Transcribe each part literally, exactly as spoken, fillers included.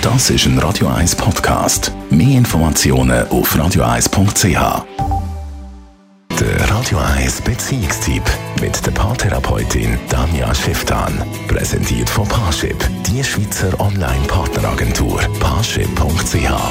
Das ist ein Radio eins Podcast. Mehr Informationen auf radio eins punkt c h. Der Radio eins Beziehungstyp mit der Paartherapeutin Danja Schifftan. Präsentiert von Parship, die Schweizer Online-Partneragentur. Parship punkt c h.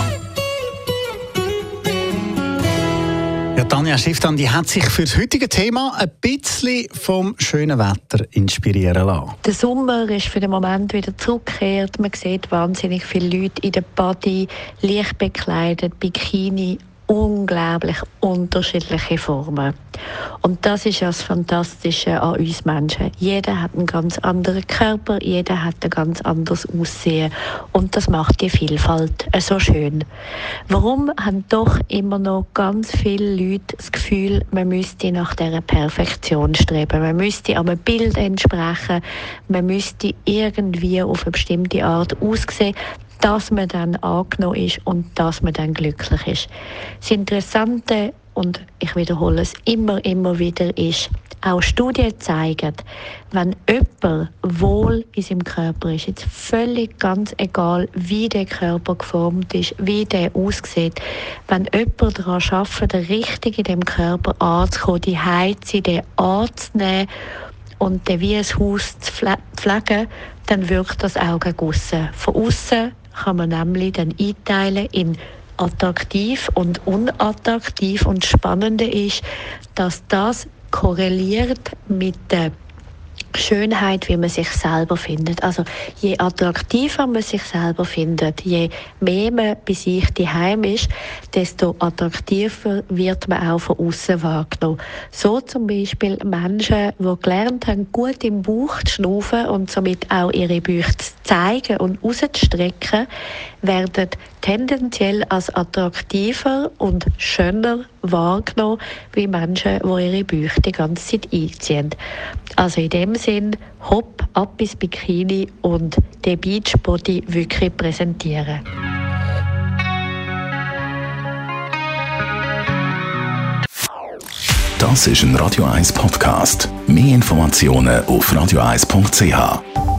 Ja, Danja Schifftan, die hat sich für das heutige Thema ein bisschen vom schönen Wetter inspirieren lassen. Der Sommer ist für den Moment wieder zurückgekehrt. Man sieht wahnsinnig viele Leute in der Body, leicht bekleidet, Bikini, unglaublich unterschiedliche Formen. Und das ist ja das Fantastische an uns Menschen. Jeder hat einen ganz anderen Körper, jeder hat ein ganz anderes Aussehen. Und das macht die Vielfalt so schön. Warum haben doch immer noch ganz viele Leute das Gefühl, man müsste nach dieser Perfektion streben? Man müsste einem Bild entsprechen, man müsste irgendwie auf eine bestimmte Art aussehen, dass man dann angenommen ist und dass man dann glücklich ist. Das Interessante, und ich wiederhole es immer, immer wieder, ist, auch Studien zeigen, wenn jemand wohl in seinem Körper ist, jetzt völlig ganz egal, wie der Körper geformt ist, wie der aussieht, wenn jemand daran arbeitet, den Richtigen in dem Körper anzukommen, die Heize, den anzunehmen und den wie ein Haus zu pflegen, dann wirkt das auch gegen aussen. Von aussen kann man nämlich dann einteilen in attraktiv und unattraktiv. Und das Spannende ist, dass das korreliert mit der Schönheit, wie man sich selber findet. Also je attraktiver man sich selber findet, je mehr man bei sich daheim ist, desto attraktiver wird man auch von außen wahrgenommen. So zum Beispiel Menschen, die gelernt haben, gut im Bauch zu schnaufen und somit auch ihre Bauch zu zeigen und rauszustrecken, werden tendenziell als attraktiver und schöner wahrgenommen, wie Menschen, die ihre Bauch die ganze Zeit einziehen. Also in dem Sinn, hopp, ab ins Bikini und den Beachbody wirklich präsentieren. Das ist ein Radio eins Podcast. Mehr Informationen auf radio eins punkt c h.